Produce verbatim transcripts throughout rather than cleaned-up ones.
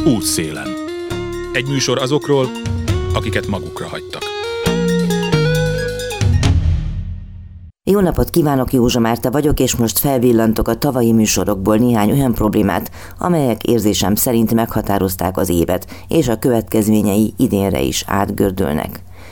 Útszélen. Egy műsor azokról, akiket magukra hagytak. Jó napot kívánok, Józsa Márta vagyok, és most felvillantok a tavalyi műsorokból néhány olyan problémát, amelyek érzésem szerint meghatározták az évet, és a következményei idénre is átgördülnek.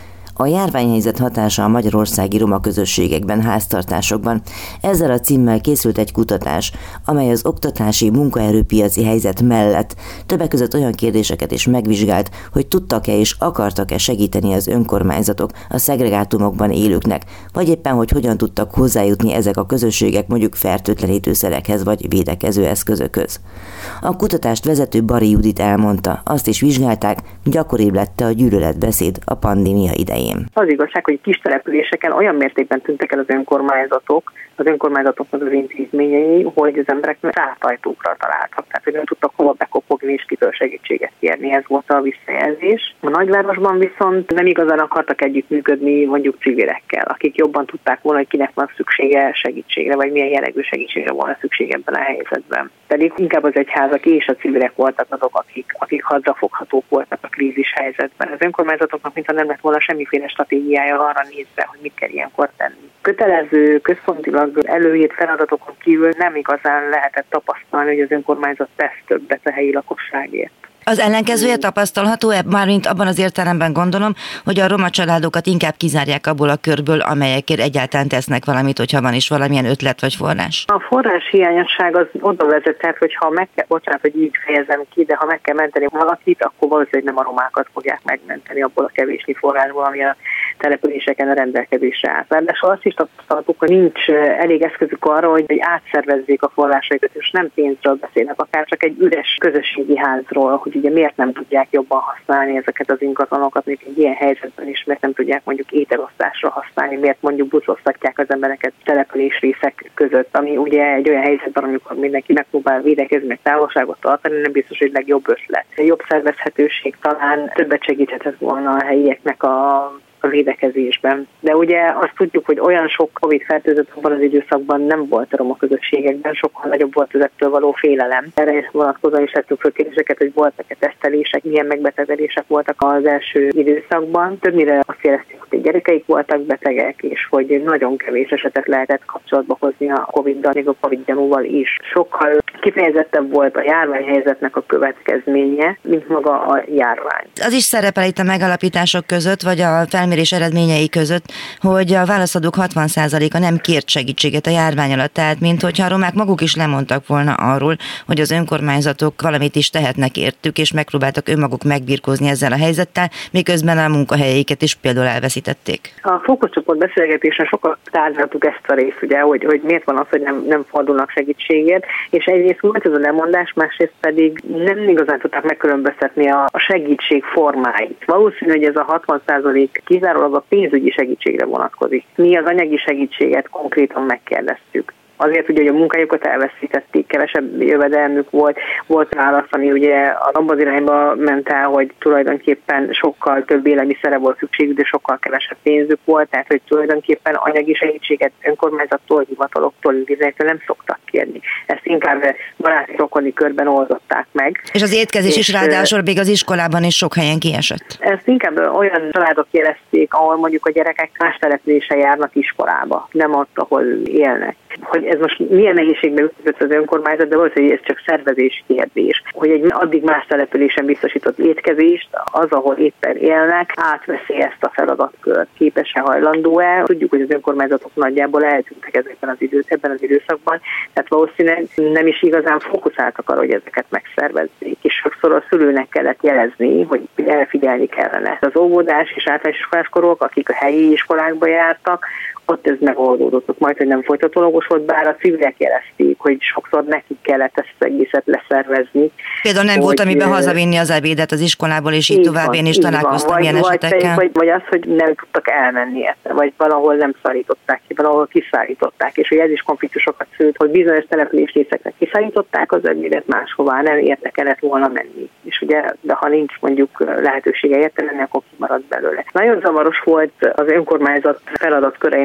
A járványhelyzet hatása a magyarországi roma közösségekben, háztartásokban. Ezzel a címmel készült egy kutatás, amely az oktatási munkaerőpiaci helyzet mellett többek között olyan kérdéseket is megvizsgált, hogy tudtak-e és akartak-e segíteni az önkormányzatok a szegregátumokban élőknek, vagy éppen, hogy hogyan tudtak hozzájutni ezek a közösségek mondjuk fertőtlenítőszerekhez vagy védekező eszközökhöz. A kutatást vezető Bari Judit elmondta, azt is vizsgálták, gyakoribb lett a gyűlöletbeszéd a pandémia idején. Az igazság, hogy kis településeken olyan mértékben tűntek el az önkormányzatok, az önkormányzatoknak az intézményei, hogy az emberek rátajtókra találtak. Tehát, hogy nem tudtak hova bekopogni és kitől segítséget kérni. Ez volt a visszajelzés. A nagyvárosban viszont nem igazán akartak együttműködni mondjuk civilekkel, akik jobban tudták volna, hogy kinek van szüksége segítségre, vagy milyen jellegű segítségre volna szükség ebben a helyzetben. Pedig inkább az egyházak és a civilek voltak azok, akik, akik hadrafoghatók voltak a krízis helyzetben. Az önkormányzatoknak mintha nem lett volna semmiféle stratégiája arra nézve, hogy mit kell ilyenkor tenni. Kötelező, központilag előírt feladatokon kívül nem igazán lehetett tapasztalni, hogy az önkormányzat tesz többet a helyi lakosságért. Az ellenkezője tapasztalható, mármint abban az értelemben gondolom, hogy a roma családokat inkább kizárják abból a körből, amelyekért egyáltalán tesznek valamit, hogyha van is valamilyen ötlet vagy forrás. A forrás hiányosság az oda vezetett, hogy ha meg kell, bocsánat, hogy így fejezem ki, de ha meg kell menteni valakit, akkor valószínűleg nem a romákat fogják megmenteni abból a kevésnyi forrásból, ami a településeken a rendelkezésre állt. Ráadásul azt is tapasztaltuk, hogy nincs elég eszközük arra, hogy átszervezzék a forrásaikat, és nem pénzről beszélnek, akár csak egy üres közösségi házról, hogy ugye miért nem tudják jobban használni ezeket az ingatlanokat, még egy ilyen helyzetben is, miért nem tudják mondjuk ételosztásra használni, miért mondjuk buszosztatják az embereket településrészek között, ami ugye egy olyan helyzetben, amikor mindenki megpróbál védekezni, meg távolságot tartani, nem biztos, hogy legjobb ötlet. A jobb szervezhetőség talán többet segíthetett volna a helyieknek a a védekezésben. De ugye azt tudjuk, hogy olyan sok Covid fertőzött abban az időszakban nem volt a roma közösségekben, sokkal nagyobb volt ezektől való félelem. Erre vonatkozóan is tettünk föl kérdéseket, hogy voltak-e tesztelések, milyen megbetegedések voltak az első időszakban. Többnyire azt érezték, hogy gyerekeik voltak betegek, és hogy nagyon kevés esetet lehetett kapcsolatba hozni a Covid-dal, még a Covid gyanúval is. Sokkal kifejezettebb volt a járványhelyzetnek a következménye, mint maga a járvány. Az is szerepel itt a megalapítások között, vagy a felmérés eredményei között, hogy a válaszadók hatvan százaléka nem kért segítséget a járvány alatt, tehát mint hogyha a romák maguk is lemondtak volna arról, hogy az önkormányzatok valamit is tehetnek értük, és megpróbáltak önmaguk megbirkózni ezzel a helyzettel, miközben a munkahelyeiket is például elveszítették. A fókuszcsoport beszélgetésen sokat tárgyaltuk ezt a részt, ugye, hogy, hogy miért van az, hogy nem, nem fordulnak segítségért, és egyrészt volt ez a lemondás, másrészt pedig nem igazán tudták megkülönböztetni a, a segítség formáit. Valószínű, hogy ez a hatvan százalék kizárólag a pénzügyi segítségre vonatkozik. Mi az anyagi segítséget konkrétan megkérdeztük. Azért ugye, hogy a munkájukat elveszítették, kevesebb jövedelmük volt, volt válasz, ami ugye abban az irányba ment el, hogy tulajdonképpen sokkal több élelmiszerre volt szükségük, de sokkal kevesebb pénzük volt, tehát hogy tulajdonképpen anyagi segítséget önkormányzattól, hivataloktól, intézményektől nem szoktak kérni. Ezt inkább baráti rokoni körben oldották meg. És az étkezés és is ráadásul még az iskolában is sok helyen kiesett. Ezt inkább olyan családok jelezték, ahol mondjuk a gyerekek más településen járnak iskolába, nem ott, ahol élnek. Hogy ez most milyen nehézségbe ütközött az önkormányzat, de valószínűleg ez csak szervezés kérdés. Hogy egy addig más településen biztosított étkezést, az, ahol éppen élnek, átveszi ezt a feladatkört. Képes-e, hajlandó-e? Tudjuk, hogy az önkormányzatok nagyjából eltűntek ezekben az idő, ebben az időszakban, tehát valószínűleg nem is igazán fókuszáltak arra, hogy ezeket megszervezzék. És sokszor a szülőnek kellett jelezni, hogy elfigyelni kellene. Az óvodás és általános iskoláskorúak, akik a helyi iskolákba jártak, ott ez megoldódott, majd, hogy nem folytatólagos volt, bár a civilek jelezték, hogy sokszor nekik kellett ezt az egészet leszervezni. Például nem volt, amiben hazavinni az ebédet az iskolából, és így, így tovább, van, én is találkoztam vagy, ilyen esetekkel. Vagy, vagy az, hogy nem tudtak elmenni ezt, vagy valahol nem szállították ki, valahol kiszállították, és hogy ez is konfliktusokat szült, hogy bizonyos településrészekre kiszállították az ebédet, máshová nem érte kellett volna menni. És ugye, de ha nincs mondjuk lehetősége érte menni, akkor kimarad belőle. Nagyon zavaros volt az önkormányzat feladatköreinek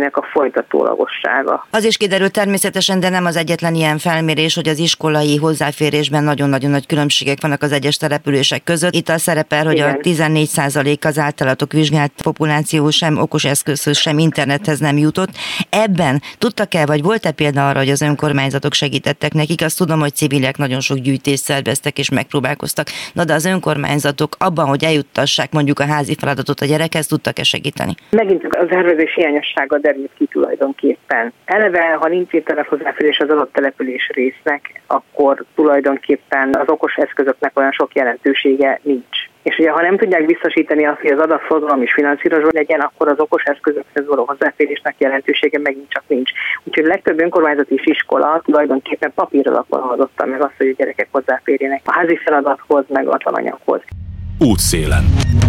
ennek a folytatólagossága. Az is kiderült természetesen, de nem az egyetlen ilyen felmérés, hogy az iskolai hozzáférésben nagyon-nagyon nagy különbségek vannak az egyes települések között. Itt a szerepel, hogy igen. A tizennégy százalék az általatok vizsgált populáció sem okos eszközhöz, sem internethez nem jutott. Ebben tudtak-e, vagy volt-e példa arra, hogy az önkormányzatok segítettek nekik? Azt tudom, hogy civilek nagyon sok gyűjtést szerveztek és megpróbálkoztak. Na de az önkormányzatok abban, hogy eljuttassák mondjuk a házi feladatot a gyerekhez, tudtak-e segíteni? Megint a szervezés hiányossága derült ki tulajdonképpen. Eleve, ha nincs internet hozzáférés az adott település résznek, akkor tulajdonképpen az okos eszközöknek olyan sok jelentősége nincs. És ugye, ha nem tudják biztosítani azt, hogy az adatforgalom is finanszírozva legyen, akkor az okos eszközökhez való hozzáférésnek jelentősége megint csak nincs. Úgyhogy a legtöbb önkormányzati és iskola tulajdonképpen papír alapon adotta meg azt, hogy a gyerekek hozzáférjenek a házi feladathoz, meg a tananyaghoz. Útszélen.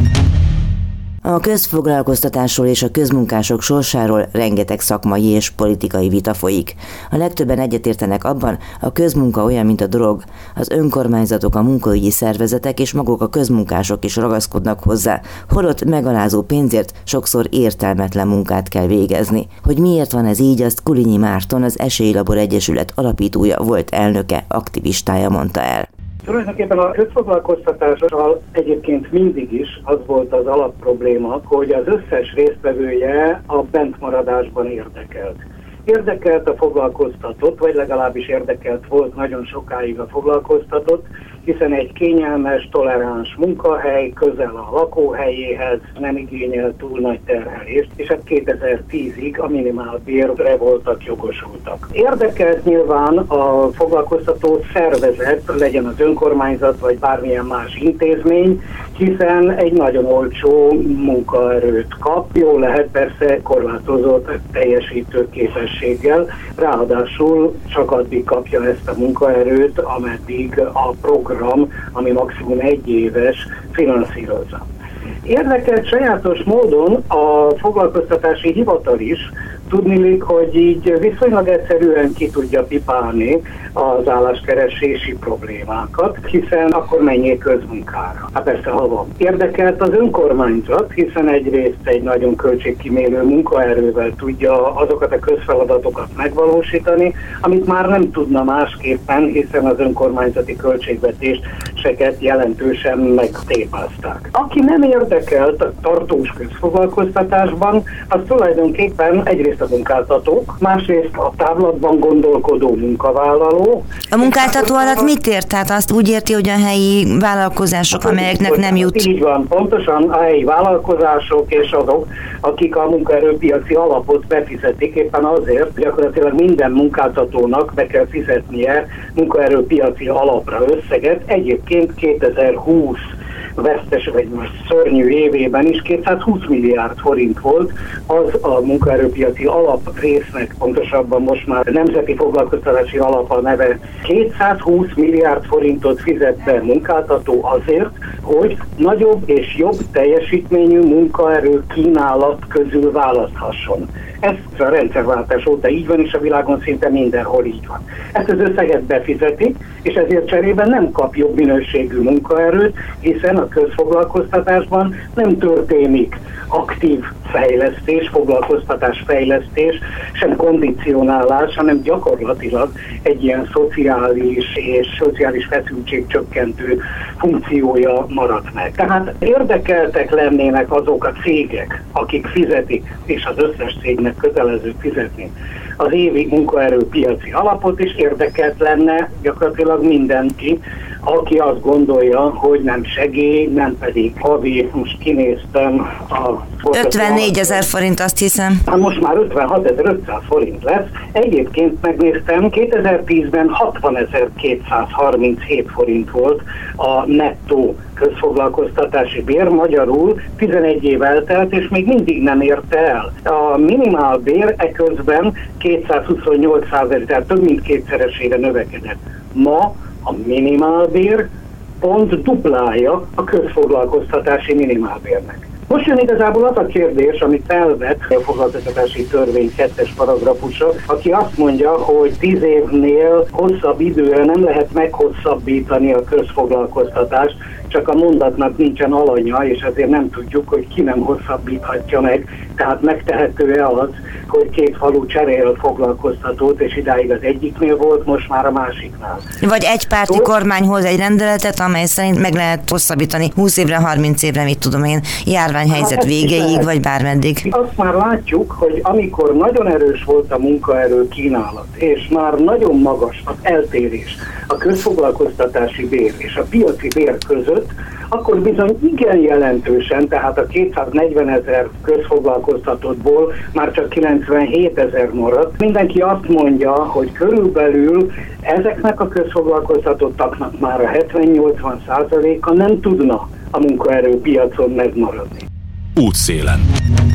A közfoglalkoztatásról és a közmunkások sorsáról rengeteg szakmai és politikai vita folyik. A legtöbben egyetértenek abban, a közmunka olyan, mint a drog. Az önkormányzatok, a munkaügyi szervezetek és maguk a közmunkások is ragaszkodnak hozzá, holott megalázó pénzért sokszor értelmetlen munkát kell végezni. Hogy miért van ez így, azt Kulinyi Márton, az Esélylabor Egyesület alapítója, volt elnöke, aktivistája mondta el. Tulajdonképpen a közfoglalkoztatással egyébként mindig is az volt az alapprobléma, hogy az összes résztvevője a bentmaradásban érdekelt. Érdekelt a foglalkoztatott, vagy legalábbis érdekelt volt nagyon sokáig a foglalkoztatott, hiszen egy kényelmes, toleráns munkahely közel a lakóhelyéhez nem igényel túl nagy terhelést, és hát kétezer-tízig a minimálbérre voltak jogosultak. Érdekelt nyilván a foglalkoztató szervezet, legyen az önkormányzat vagy bármilyen más intézmény, hiszen egy nagyon olcsó munkaerőt kap, jó lehet persze korlátozott teljesítő képességgel, ráadásul csak addig kapja ezt a munkaerőt, ameddig a program, ami maximum egy éves, finanszírozza. Érdekelt sajátos módon a foglalkoztatási hivatal is, tudniillik, hogy így viszonylag egyszerűen ki tudja pipálni az álláskeresési problémákat, hiszen akkor menjél közmunkára. Hát persze, ha van. Érdekelt az önkormányzat, hiszen egyrészt egy nagyon költségkímélő munkaerővel tudja azokat a közfeladatokat megvalósítani, amit már nem tudna másképpen, hiszen az önkormányzati költségvetéseket jelentősen megtépázták. Aki nem érdekelt a tartós közfoglalkoztatásban, az tulajdonképpen egyrészt a munkáltatók, másrészt a távlatban gondolkodó munkavállaló. A munkáltató alatt mit ért? Tehát azt úgy érti, hogy a helyi vállalkozások, amelyeknek nem jut? Így van, pontosan a helyi vállalkozások és azok, akik a munkaerőpiaci alapot befizetik, éppen azért gyakorlatilag minden munkáltatónak be kell fizetnie munkaerőpiaci alapra összeget. Egyébként kétezer-húsz vesztes, vagy most szörnyű évében is kétszázhúsz milliárd forint volt az a munkaerőpiaci alap résznek, pontosabban most már Nemzeti Foglalkoztatási Alap a neve. kétszázhúsz milliárd forintot fizet be munkáltató azért, hogy nagyobb és jobb teljesítményű munkaerő kínálat közül választhasson. Ez a rendszerváltás óta így van, és a világon szinte mindenhol így van. Ezt az összeget befizetik, és ezért cserében nem kap jobb minőségű munkaerőt, hiszen a közfoglalkoztatásban nem történik aktív fejlesztés, foglalkoztatás fejlesztés, sem kondicionálás, hanem gyakorlatilag egy ilyen szociális és szociális feszültség csökkentő funkciója maradt meg. Tehát érdekeltek lennének azok a cégek, akik fizetik, és az összes cégnek kötelező fizetni az évi munkaerőpiaci alapot, és érdekelt lenne gyakorlatilag mindenki, aki azt gondolja, hogy nem segély, nem pedig havi, most kinéztem a... ötvennégyezer forint, azt hiszem. Hát most már ötvenhatezer-ötszáz forint lesz. Egyébként megnéztem, kétezer-tízben hatvanezer-kétszázharminchét forint volt a nettó közfoglalkoztatási bér, magyarul tizenegy év eltelt, és még mindig nem érte el. A minimálbér eközben kétszázhuszonnyolcezer, tehát több mint kétszeresére növekedett. Ma a minimálbér pont duplája a közfoglalkoztatási minimálbérnek. Most jön igazából az a kérdés, amit felvet a foglalkoztatási törvény kettes paragrafusa, aki azt mondja, hogy tíz évnél hosszabb időre nem lehet meghosszabbítani a közfoglalkoztatást, csak a mondatnak nincsen alanya, és ezért nem tudjuk, hogy ki nem hosszabbíthatja meg. Tehát megtehető-e az, hogy két falu cserél foglalkoztatót, és idáig az egyiknél volt, most már a másiknál. Vagy egy párti so, kormány hoz egy rendeletet, amely szerint meg lehet hosszabbítani húsz évre, harminc évre, mit tudom én, járványhelyzet hát végéig, vagy bármeddig. Azt már látjuk, hogy amikor nagyon erős volt a munkaerő kínálat, és már nagyon magas az eltérés a közfoglalkoztatási bér és a piaci bér között, akkor bizony igen jelentősen, tehát a kétszáznegyvenezer közfoglalkoztatottból már csak kilencvenhétezer maradt. Mindenki azt mondja, hogy körülbelül ezeknek a közfoglalkoztatottaknak már a hetven-nyolcvan százaléka nem tudna a munkaerőpiacon megmaradni. Útszélen.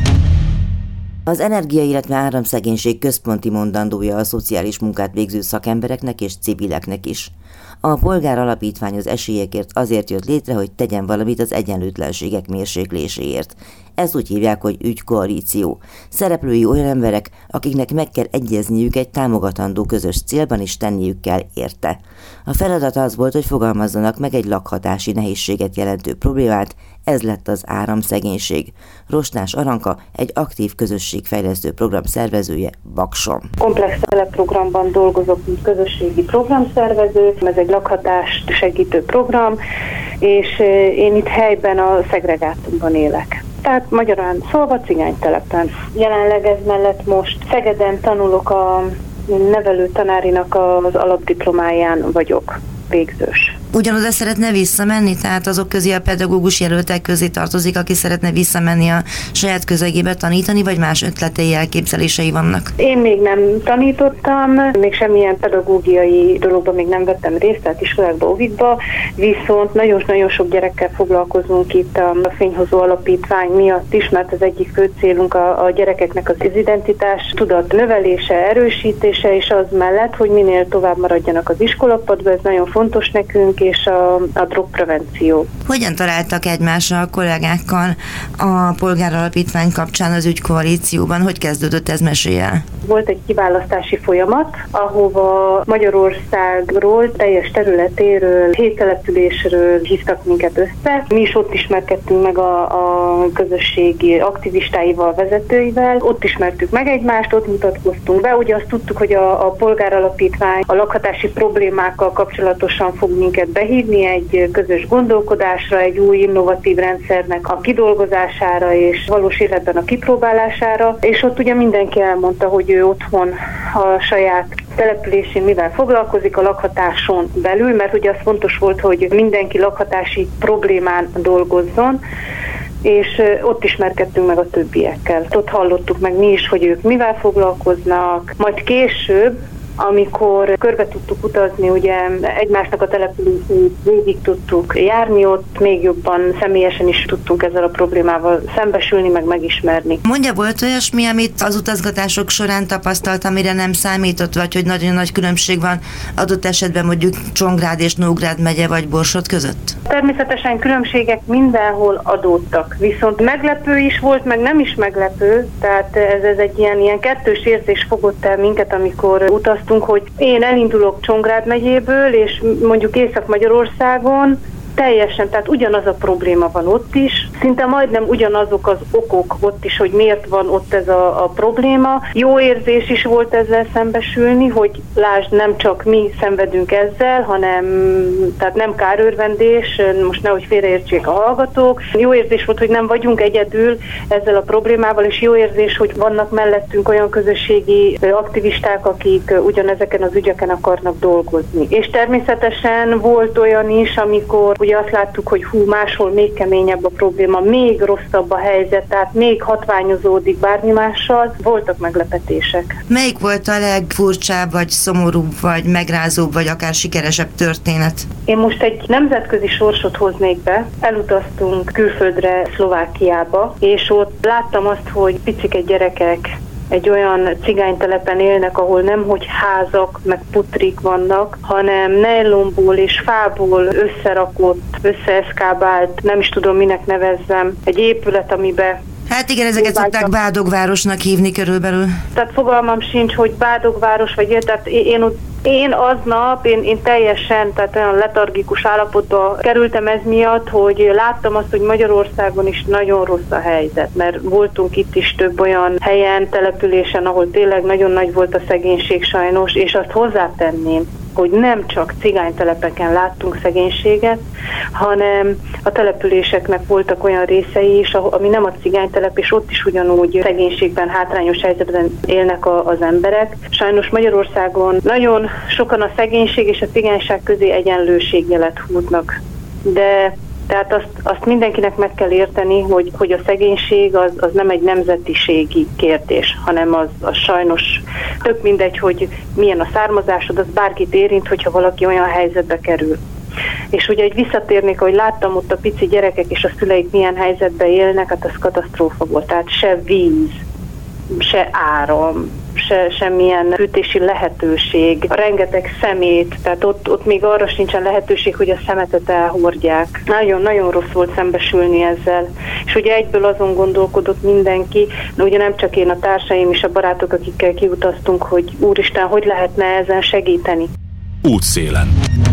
Az energia, illetve áramszegénység központi mondandója a szociális munkát végző szakembereknek és civileknek is. A Polgár Alapítvány az esélyekért azért jött létre, hogy tegyen valamit az egyenlőtlenségek mérsékléséért. Ezt úgy hívják, hogy ügykoalíció. Szereplői olyan emberek, akiknek meg kell egyezniük egy támogatandó közös célban, és tenniük kell érte. A feladat az volt, hogy fogalmazzanak meg egy lakhatási nehézséget jelentő problémát, ez lett az áramszegénység. Rostás Aranka, egy aktív közösségfejlesztő program szervezője Bakson. Komplex telepprogramban dolgozok, mint közösségi programszervező, ez egy lakhatást segítő program, és én itt helyben a szegregátumban élek. Tehát magyarán szólva cigánytelepen. Jelenleg ez mellett most Szegeden tanulok, a nevelő tanárinak az alapdiplomáján vagyok végzős. Ugyanoda szeretne visszamenni? Tehát azok közé, a pedagógus jelöltek közé tartozik, aki szeretne visszamenni a saját közegébe tanítani, vagy más ötletei, elképzelései vannak? Én még nem tanítottam, még semmilyen pedagógiai dologban még nem vettem részt, tehát iskolákba, óvikba, viszont nagyon-nagyon sok gyerekkel foglalkozunk itt a Fényhozó Alapítvány miatt is, mert az egyik fő célunk a, a gyerekeknek az identitás tudat növelése, erősítése, és az mellett, hogy minél tovább maradjanak az iskolapadban, ez nagyon fontos nekünk, és a, a drogprevenció. Hogyan találtak egymással a kollégákkal a Polgár Alapítvány kapcsán az ügykoalícióban? Hogy kezdődött ez, mesélj el? Volt egy kiválasztási folyamat, ahova Magyarországról, teljes területéről, hét településről hívtak minket össze. Mi is ott ismerkedtünk meg a, a közösségi aktivistáival, vezetőivel. Ott ismertük meg egymást, ott mutatkoztunk be. Ugye azt tudtuk, hogy a, a Polgár Alapítvány a lakhatási problémákkal kapcsolatosan fog minket behívni egy közös gondolkodásra, egy új innovatív rendszernek a kidolgozására és valós életben a kipróbálására, és ott ugye mindenki elmondta, hogy ő otthon a saját településén mivel foglalkozik a lakhatáson belül, mert ugye az fontos volt, hogy mindenki lakhatási problémán dolgozzon, és ott ismerkedtünk meg a többiekkel. Ott hallottuk meg mi is, hogy ők mivel foglalkoznak, majd később, amikor körbe tudtuk utazni, ugye egymásnak a települését végig tudtuk járni, ott még jobban személyesen is tudtunk ezzel a problémával szembesülni, meg megismerni. Mondja, volt olyasmi, amit az utazgatások során tapasztalt, amire nem számított, vagy hogy nagyon nagy különbség van adott esetben mondjuk Csongrád és Nógrád megye vagy Borsod között? Természetesen különbségek mindenhol adódtak, viszont meglepő is volt, meg nem is meglepő, tehát ez, ez egy ilyen, ilyen kettős érzés fogott el minket, amikor utaztunk, hogy én elindulok Csongrád megyéből, és mondjuk Észak-Magyarországon teljesen, tehát ugyanaz a probléma van ott is, szinte majdnem ugyanazok az okok ott is, hogy miért van ott ez a, a probléma. Jó érzés is volt ezzel szembesülni, hogy lásd, nem csak mi szenvedünk ezzel, hanem tehát nem kárőrvendés, most nehogy félreértsék a hallgatók. Jó érzés volt, hogy nem vagyunk egyedül ezzel a problémával, és jó érzés, hogy vannak mellettünk olyan közösségi aktivisták, akik ugyanezeken az ügyeken akarnak dolgozni. És természetesen volt olyan is, amikor ugye azt láttuk, hogy hú, máshol még keményebb a probléma, még rosszabb a helyzet, tehát még hatványozódik bármi mással. Voltak meglepetések. Melyik volt a legfurcsább, vagy szomorúbb, vagy megrázóbb, vagy akár sikeresebb történet? Én most egy nemzetközi sorsot hoznék be. Elutaztunk külföldre, Szlovákiába, és ott láttam azt, hogy picike gyerekek egy olyan cigánytelepen élnek, ahol nem hogy házak, meg putrik vannak, hanem nejlomból és fából összerakott, összeeszkábált, nem is tudom minek nevezzem, egy épület, amiben Hát igen, ezeket szokták Bádogvárosnak hívni körülbelül. Tehát fogalmam sincs, hogy Bádogváros vagy ilyen, tehát én, én aznap, én, én teljesen, tehát olyan letargikus állapotba kerültem ez miatt, hogy láttam azt, hogy Magyarországon is nagyon rossz a helyzet, mert voltunk itt is több olyan helyen, településen, ahol tényleg nagyon nagy volt a szegénység sajnos, és azt hozzátenném, hogy nem csak cigánytelepeken láttunk szegénységet, hanem a településeknek voltak olyan részei is, ami nem a cigánytelep, és ott is ugyanúgy szegénységben, hátrányos helyzetben élnek a, az emberek. Sajnos Magyarországon nagyon sokan a szegénység és a cigányság közé egyenlőségjelet húznak. De tehát azt, azt mindenkinek meg kell érteni, hogy, hogy a szegénység az, az nem egy nemzetiségi kérdés, hanem az, az sajnos tök mindegy, hogy milyen a származásod, az bárkit érint, hogyha valaki olyan helyzetbe kerül. És ugye, hogy visszatérnék, hogy láttam ott a pici gyerekek és a szüleik milyen helyzetben élnek, hát az katasztrófa volt. Tehát se víz, se áram, se, semmilyen fűtési lehetőség, rengeteg szemét, tehát ott, ott még arra sincsen lehetőség, hogy a szemetet elhordják. Nagyon-nagyon rossz volt szembesülni ezzel. És ugye egyből azon gondolkodott mindenki, de ugye nem csak én, a társaim és a barátok, akikkel kiutaztunk, hogy úristen, hogy lehetne ezen segíteni. Útszélen.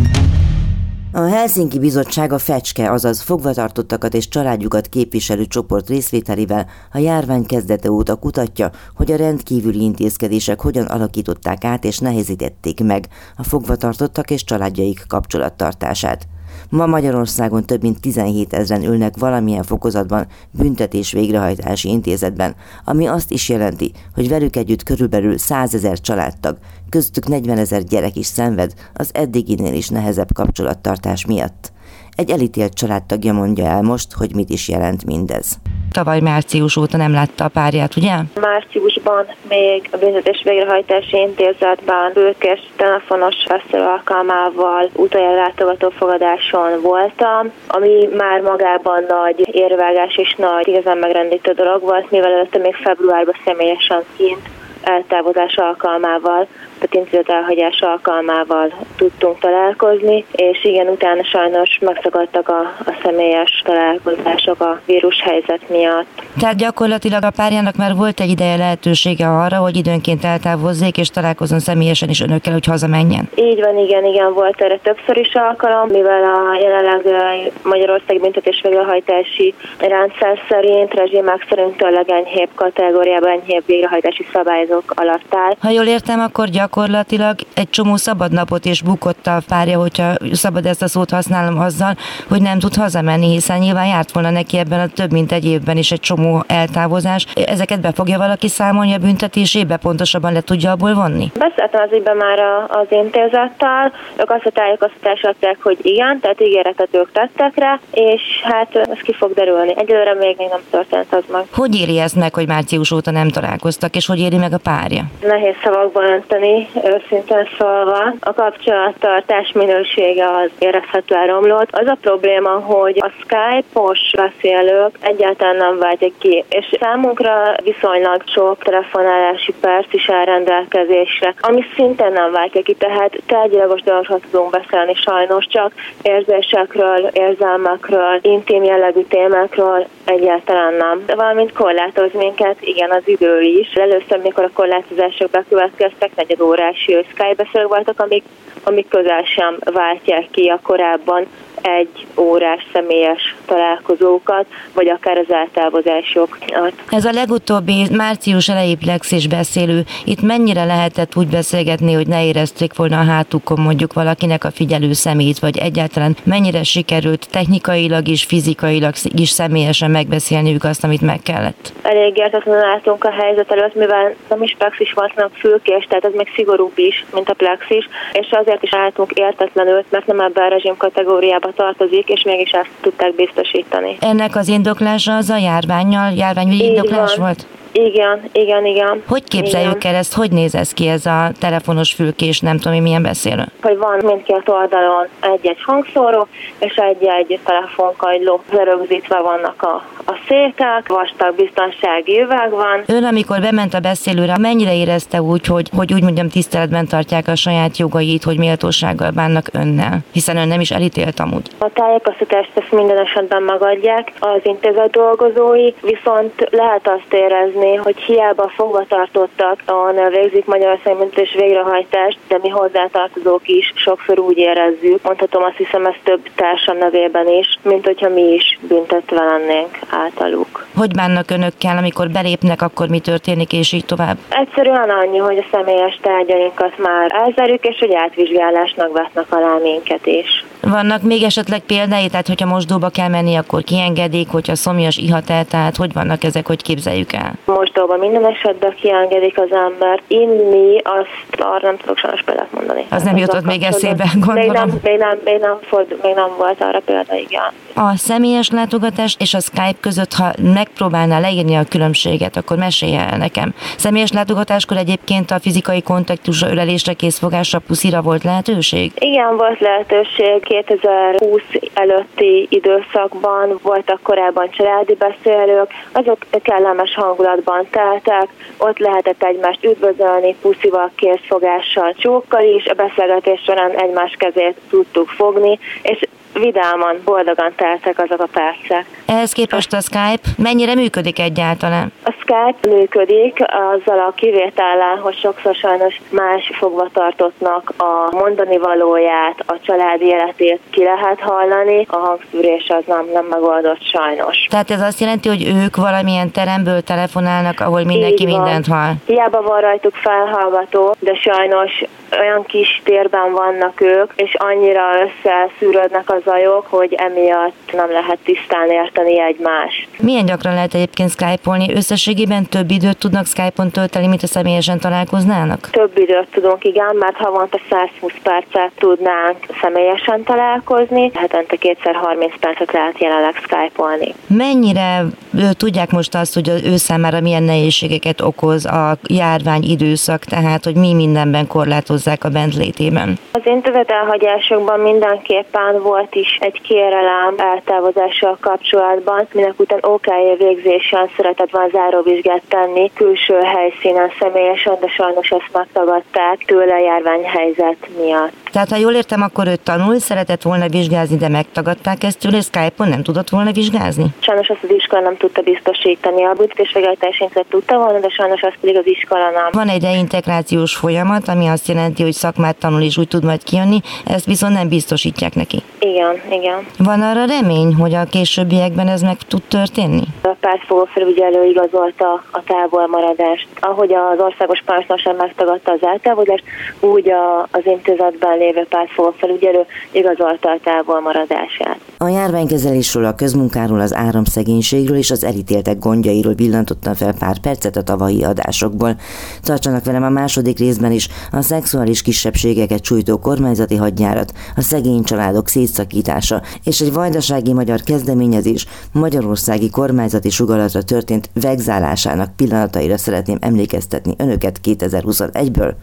A Helsinki Bizottság a Fecske, azaz fogvatartottakat és családjukat képviselő csoport részvételével a járvány kezdete óta kutatja, hogy a rendkívüli intézkedések hogyan alakították át és nehézítették meg a fogvatartottak és családjaik kapcsolattartását. Ma Magyarországon több mint tizenhétezren ülnek valamilyen fokozatban büntetés végrehajtási intézetben, ami azt is jelenti, hogy velük együtt körülbelül százezer családtag, köztük negyvenezer gyerek is szenved az eddiginél is nehezebb kapcsolattartás miatt. Egy elítélt családtagja mondja el most, hogy mit is jelent mindez. Tavaly március óta nem látta a párját, ugye? Márciusban még a büntetés végrehajtási intézetben bőkés telefonos beszélő alkalmával utoljára látogatófogadáson voltam, ami már magában nagy érvágás és nagy igazán megrendítő dolog volt, mivel előtte még februárban személyesen kint eltávozás alkalmával, tehát intézet elhagyás alkalmával tudtunk találkozni, és igen, utána sajnos megszakadtak a, a személyes találkozások a vírushelyzet miatt. Tehát gyakorlatilag a párjának már volt egy ideje lehetősége arra, hogy időnként eltávozzék és találkozzon személyesen is önökkel, hogy hazamenjen? Így van, igen, igen, volt erre többször is alkalom, mivel a jelenleg Magyarország büntetés végrehajtási rendszer szerint, rezsimek szerint a legenyhébb kategóriában enyhébb végrehajtási szabályozók alatt áll. Ha jól értem, akkor gyakorlatilag egy csomó szabadnapot is bukott a párja, hogyha szabad ezt a szót használom, azzal, hogy nem tud hazamenni, hiszen nyilván járt volna neki ebben a több mint egy évben is egy csomó eltávozás. Ezeket be fogja valaki számolni a büntetésébe, pontosabban le tudja abból vonni? Beszéltem az ügyben már az intézettel, ők azt a tájékoztatást adták, hogy igen, tehát ígéretet ők tettek rá, és hát ez ki fog derülni. Egyelőre még nem történt az meg. Hogy éri ezt meg, hogy március óta nem találkoztak, és hogy éri meg a párja? Nehéz szavakba önteni, őszintén szólva. A kapcsolattartás minősége az érezhetően romlott. Az a probléma, hogy a Skype-os beszélők egyáltalán nem váltják ki, és számunkra viszonylag sok telefonálási perc is áll rendelkezésre, ami szintén nem váltja ki, tehát tárgyilagos dolgokról tudunk beszélni sajnos, csak érzésekről, érzelmekről, intim jellegű témákról egyáltalán nem. De valamint korlátoz minket, igen, az idő is. Először, mikor a korlátozások bekövetkeztek, negyed órás Skype beszélők voltak, amik, amik közel sem váltják ki a korábban egy órás személyes találkozókat, vagy akár az eltávozásokat. Ez a legutóbbi március elejé plexis beszélő, itt mennyire lehetett úgy beszélgetni, hogy ne érezték volna a hátukon mondjuk valakinek a figyelő szemét, vagy egyáltalán mennyire sikerült technikailag és fizikailag is személyesen megbeszélniük azt, amit meg kellett? Elég értetlenül álltunk a helyzet előtt, mivel nem is plexis volt, hanem fülkés, tehát ez még szigorúbb is, mint a plexis, és azért is álltunk értetlenül, mert nem ebben a rezsim kategóriába tartozik, és mégis ezt tudták biztosítani. Ennek az indoklása az a járvánnyal, járványügyi indoklás volt? Igen, igen, igen. Hogy képzeljük igen. el ezt? Hogy néz ez ki ez a telefonos fülkés, nem tudom, milyen beszélő? Hogy van mindkét oldalon egy-egy hangszóró, és egy-egy telefonkagyló. Rögzítve vannak a, a székek, vastag biztonsági üveg van. Ön, amikor bement a beszélőre, mennyire érezte úgy, hogy, hogy úgy mondjam, tiszteletben tartják a saját jogait, hogy méltósággal bánnak önnel? Hiszen ön nem is elítélt amúgy. A tájékoztatást ezt minden esetben megadják az intézet dolgozói, viszont lehet azt érezni, hogy hiába fogvatartottak, ahol végzik Magyarország büntetés végrehajtást, de mi hozzátartozók is sokszor úgy érezzük, mondhatom, azt hiszem ez több társam nevében is, mint hogyha mi is büntetve lennénk általuk. Hogy bánnak önökkel, amikor belépnek, akkor mi történik, és így tovább? Egyszerűen annyi, hogy a személyes tárgyainkat már elzárjuk, és hogy átvizsgálásnak vetnek alá minket is. Vannak még esetleg példái, tehát hogyha mosdóba kell menni, akkor kiengedik, hogyha szomjas ihat el, tehát hogy vannak ezek, hogy képzeljük el? Mosdóba minden esetben kiengedik az ember. Inni, azt arra nem tudok sajnos példát mondani. Az nem jutott még eszébe, gondolom. Még nem, még nem, még nem, ford, még nem volt arra példa, igen. A személyes látogatás és a Skype között, ha megpróbálná leírni a különbséget, akkor mesélje el nekem. Személyes látogatáskor egyébként a fizikai kontaktusra, ölelésre, készfogásra, puszira volt lehetőség? Igen, volt lehetőség. kétezer-húsz előtti időszakban voltak korábban családi beszélők, azok kellemes hangulatban teltek, ott lehetett egymást üdvözölni, puszival, készfogással, csókkal is, a beszélgetés során egymás kezét tudtuk fogni, és vidáman, boldogan teltek azok a percek. Ehhez képest a Skype mennyire működik egyáltalán? A Skype működik azzal a kivétellel, hogy sokszor sajnos más fogvatartottnak a mondani valóját, a családi életét ki lehet hallani, a hangszűrés az nem, nem megoldott sajnos. Tehát ez azt jelenti, hogy ők valamilyen teremből telefonálnak, ahol mindenki mindent hall? Hiába van rajtuk felhallgató, de sajnos olyan kis térben vannak ők, és annyira összeszűrődnek a zajok, hogy emiatt nem lehet tisztán érteni egymást. Milyen gyakran lehet egyébként Skype-olni? Összességében több időt tudnak Skype-on tölteni, mint a személyesen találkoznának? Több időt tudunk, igen, mert havonta százhúsz percet tudnánk személyesen találkozni, hetente kétszer harminc percet lehet jelenleg Skype-olni. Mennyire ő, tudják most azt, hogy ő számára milyen nehézségeket okoz a járvány időszak, tehát hogy mi mindenben korlátozzák a bentlétében? Az intézet elhagyásokban mindenképpen volt is egy kérelem eltávozással kapcsolatban, minek után ó ká é végzésen szeretett volna záróvizsgát tenni külső helyszínen személyesen, de sajnos ezt megtagadták tőle a járványhelyzet miatt. Tehát ha jól értem, akkor ő tanul, szeretett volna vizsgázni, de megtagadták ezt tőle, Skype-on nem tudott volna vizsgázni? Sajnos azt az iskola nem tudta biztosítani. A büntetés végrehajtás intézet tudta volna, de sajnos azt pedig az iskola nem. Van egy reintegrációs folyamat, ami azt jelenti, hogy szakmát tanul és úgy tud majd kijönni, ezt viszont nem biztosítják neki. Igen, igen. Van arra remény, hogy a későbbiekben ez meg tud történni? A pártfogó felügyelő igazolta a távolmaradást. Ahogy az országos pályázatosság megtagadta az eltávozást, úgy a, az intézetben lévő pártfogó felügyelő igazolta a távolmaradását. A járványkezelésről, a közmunkáról, az áramszegénységről és az elítéltek gondjairól villantottam fel pár percet a tavalyi adásokból. Tartsanak velem a második részben is, a szexuális kisebbségeket sújtó kormányzati hadjárat, a szegény családok szétszakítása és egy vajdasági magyar kezdeményezés magyarországi kormányzati sugallatra történt vegzálásának pillanataira szeretném emlékeztetni önöket kétezer-huszonegyből.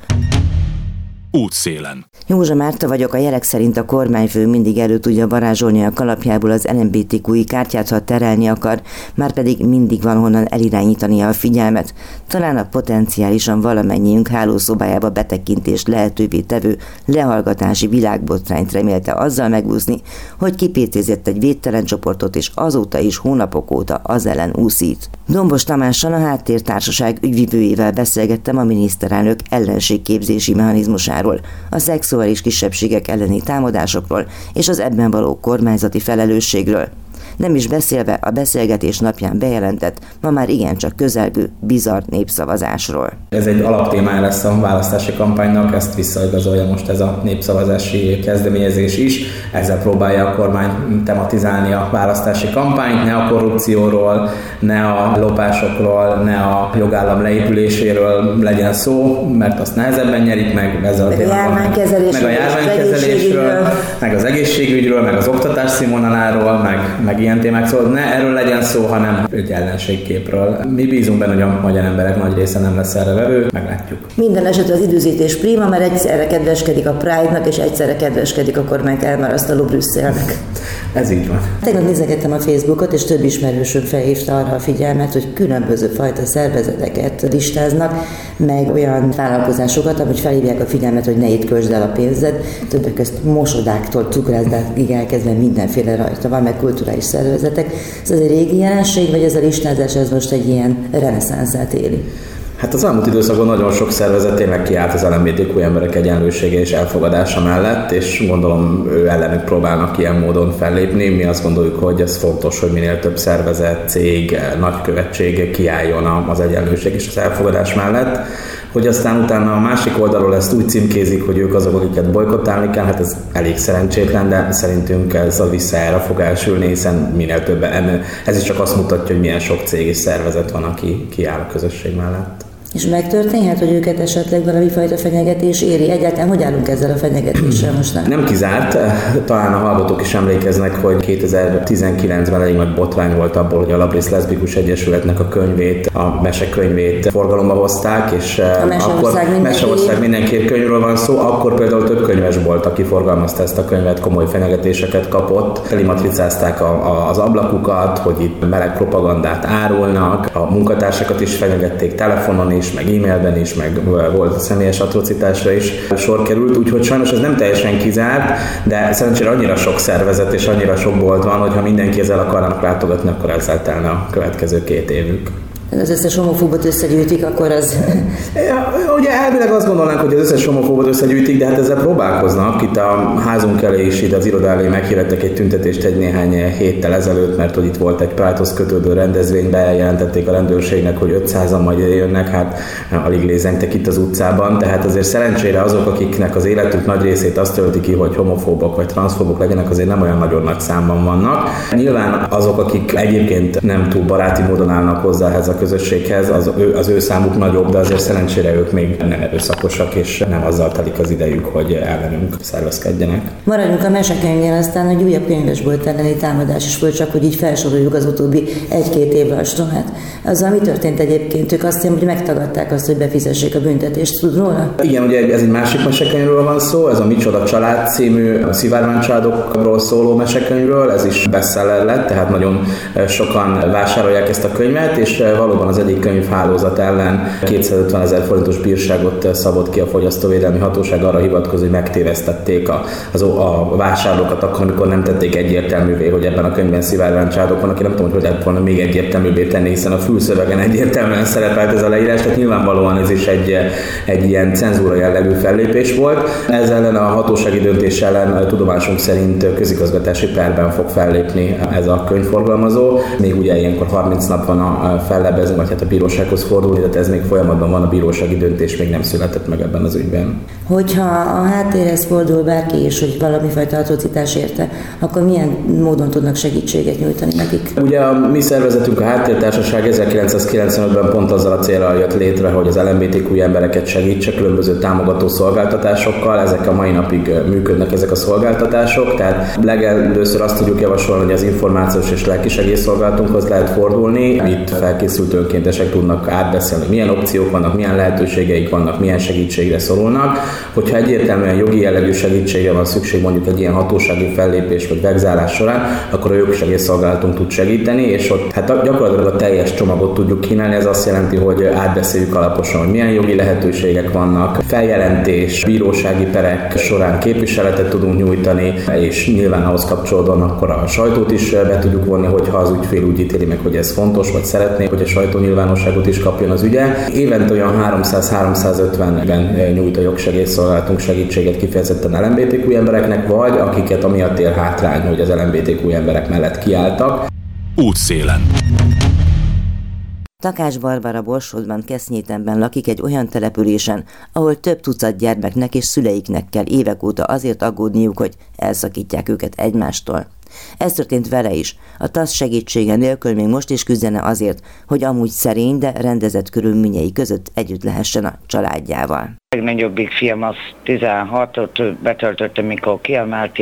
Útszélen. Józsa Márta vagyok, a jelek szerint a kormányfő mindig elő tudja varázsolni a kalapjából az el em bé té kú i kártyát, ha terelni akar, márpedig mindig van honnan elirányítania a figyelmet. Talán a potenciálisan valamennyiünk hálószobájába betekintést lehetővé tevő lehallgatási világbotrányt remélte azzal megúszni, hogy kipécézett egy védtelen csoportot, és azóta is hónapok óta az ellen úszít. Dombos Tamással, a Háttértársaság ügyvivőjével beszélgettem a miniszterelnök ellenségképzési mechanizmusáról, a szexuális kisebbségek elleni támadásokról és az ebben való kormányzati felelősségről. Nem is beszélve a beszélgetés napján bejelentett, ma már igencsak közelgő, bizarr népszavazásról. Ez egy alaptémája lesz a választási kampánynak, ezt visszaigazolja most ez a népszavazási kezdeményezés is. Ezzel próbálja a kormány tematizálni a választási kampányt, ne a korrupcióról, ne a lopásokról, ne a jogállam leépüléséről legyen szó, mert azt nehezebben nyerik meg ezzel a témával. Meg a járványkezelésről, meg az egészségügyről, meg az oktatás színvonaláról, meg, meg ilyen ilyen témák, szóval ne erről legyen szó, hanem egy ellenségképről. Mi bízunk benne, hogy a magyar emberek nagy része nem lesz erre vevő, meglátjuk. Minden esetre az időzítés prima, mert egyszerre kedveskedik a Pride-nak, és egyszerre kedveskedik a kormányt elmarasztaló Brüsszelnek. Ez így van. Tegnap nézegettem a Facebookot, és több ismerősöm felhívta arra a figyelmet, hogy különböző fajta szervezeteket listáznak, meg olyan vállalkozásokat, amit felhívják a figyelmet, hogy ne itt költsd el a pénzed. Többek közt mosodáktól, cukrászdákig elkezdve mindenféle rajta van, meg kulturális szervezetek. Ez egy régi jelenség, vagy ez a listázás ez most egy ilyen reneszánszát éli? Hát az elmúlt időszakban nagyon sok szervezet tényleg kiállt az el em bé té kú emberek egyenlősége és elfogadása mellett, és gondolom ő ellenük próbálnak ilyen módon fellépni. Mi azt gondoljuk, hogy ez fontos, hogy minél több szervezet, cég, nagykövetség kiálljon az egyenlőség és az elfogadás mellett. Hogy aztán utána a másik oldalról ezt úgy címkézik, hogy ők azok, akiket bojkottálni kell, hát ez elég szerencsétlen, de szerintünk ez a visszajára fog elsülni, hiszen minél többen, ez is csak azt mutatja, hogy milyen sok cég és szervezet van, aki kiáll a közösség mellett. És megtörténhet, hogy őket esetleg valami fajta fenyegetés éri? Egyáltalán hogy állunk ezzel a fenyegetéssel most? Nem? Nem kizárt. Talán a hallgatók is emlékeznek, hogy kétezer-tizenkilencben elég nagy botrány volt abból, hogy a Labrész Leszbikus Egyesületnek a könyvét, a mesekönyvét forgalomba hozták, és akkor Meseország mindenkiért könyvről van szó, akkor például több könyves volt, aki forgalmazta ezt a könyvet, komoly fenyegetéseket kapott. Elimatricázták a, a, az ablakukat, hogy itt meleg propagandát árulnak, a munkatársakat is fenyegették telefonon is, meg e-mailben is, meg volt személyes atrocitásra is sor került, úgyhogy sajnos ez nem teljesen kizárt, de szerencsére annyira sok szervezet és annyira sok bolt van, hogy ha mindenki ezzel akarnak látogatni, akkor ezzel telne a következő két évük. Az összes homofóbot összegyűjtik, akkor az... Ja, ugye elvileg azt gondolnánk, hogy az összes homofóbot összegyűjtik, de hát ezzel próbálkoznak. Itt a házunk elé is, itt az iroda elé meghirdettek egy tüntetést egy néhány héttel ezelőtt, mert hogy itt volt egy Pride-hoz kötődő rendezvény, bejelentették a rendőrségnek, hogy ötszázan majd jönnek, hát alig lézengtek itt az utcában, tehát azért szerencsére azok, akiknek az életük nagy részét azt tölti ki, hogy homofóbok vagy transzfóbok legyenek, azért nem olyan nagyon nagy számban vannak. Nyilván azok, akik egyébként nem túl baráti módon állnak hozzá ehhez a közösséghez, az ő, az ő számuk nagyobb, de azért szerencsére ők még nem erőszakosak, és nem azzal telik az idejük, hogy ellenünk szervezkedjenek. Maradjunk a mesekönyvnél, aztán egy újabb könyvesbolt elleni támadás is volt, csak hogy így felsoroljuk az utóbbi egy-két év lasstomát. Azzal mi történt egyébként? Ők azt hiszem, hogy megtagadták azt, hogy befizessék a büntetést. Tud róla? Igen, ugye ez egy másik mesekönyvről van szó, ez a Micsoda család című szivárványcsaládokról szóló mesekönyvről, ez is bestseller lett, tehát nagyon sokan vásárolják ezt a könyvet, és valóban az egyik könyvhálózat ellen kétszázötvenezer forintos bírságot szabott ki a Fogyasztóvédelmi Hatóság, arra hivatkozó, hogy megtévesztették a, az, a vásárlókat akkor, amikor nem tették egyértelművé, hogy ebben a könyvben szivárványcsaládok vannak. Én nem tudom, hogy hogy lehet volna még egyértelművé tenni, hiszen a fülszövegen egyértelműen szerepelt ez a leírás, tehát nyilvánvalóan ez is egy, egy ilyen cenzúra jellegű fellépés volt. Ez ellen a hatósági döntés ellen tudomásunk szerint közigazgatási perben fog fellépni ez a könyvforgalmazó. Még ugye ilyenkor harminc nap van a fellebbezni, vagy hát a bírósághoz fordulni, de ez még folyamatban van, a bírósági döntés még nem született meg ebben az ügyben. Hogyha a háttérhez fordul bárki is, hogy valami fajta atrocitás érte, akkor milyen módon tudnak segítséget nyújtani nekik? Ugye a mi szervezetünk, a Háttértársaság ezerkilencszázkilencvenötben pont azzal a célral jött létre, hogy az el em bé té kú embereket segítse különböző támogató szolgáltatásokkal. Ezek a mai napig működnek ezek a szolgáltatások, tehát legelőször azt tudjuk javasolni, hogy az információs és lelkisegélyszolgálatunkhoz lehet fordulni. Itt felkészült önkéntesek tudnak átbeszélni, milyen opciók vannak, milyen lehetőségeik vannak, milyen segítségre szorulnak. Hogyha egyértelműen jogi jellegű segítségre van szükség, mondjuk egy ilyen hatósági fellépés vagy vegzálás során, akkor a jogsegélyszolgálatunk tud segíteni, és ott hát gyakorlatilag a teljes csomagot tudjuk kínálni. Ez azt jelenti, hogy átbeszéljük alaposan, hogy milyen jogi lehetőségek vannak, feljelentés, bírósági perek során képviseletet tudunk nyújtani, és nyilván ahhoz kapcsolódóan akkor a sajtót is be tudjuk vonni, hogyha az ügyfél úgy ítéli meg, hogy ez fontos, vagy szeretné, hogy a sajtó nyilvánosságot is kapjon az ügye. Évente olyan háromszáz-háromszázötvenben nyújt a jogsegélyszolgálatunk segítséget kifejezetten el em bé té kú embereknek, vagy akiket amiatt ér hátrány, hogy az el em bé té kú emberek mellett kiálltak. Útszélen. Takács Barbara Borsodban, Kesznyétenben lakik egy olyan településen, ahol több tucat gyermeknek és szüleiknek kell évek óta azért aggódniuk, hogy elszakítják őket egymástól. Ez történt vele is. A TASZ segítsége nélkül még most is küzdene azért, hogy amúgy szerény, de rendezett körülményei között együtt lehessen a családjával. A legnagyobbik fiam az tizenhatot betöltötte, mikor kiemelték,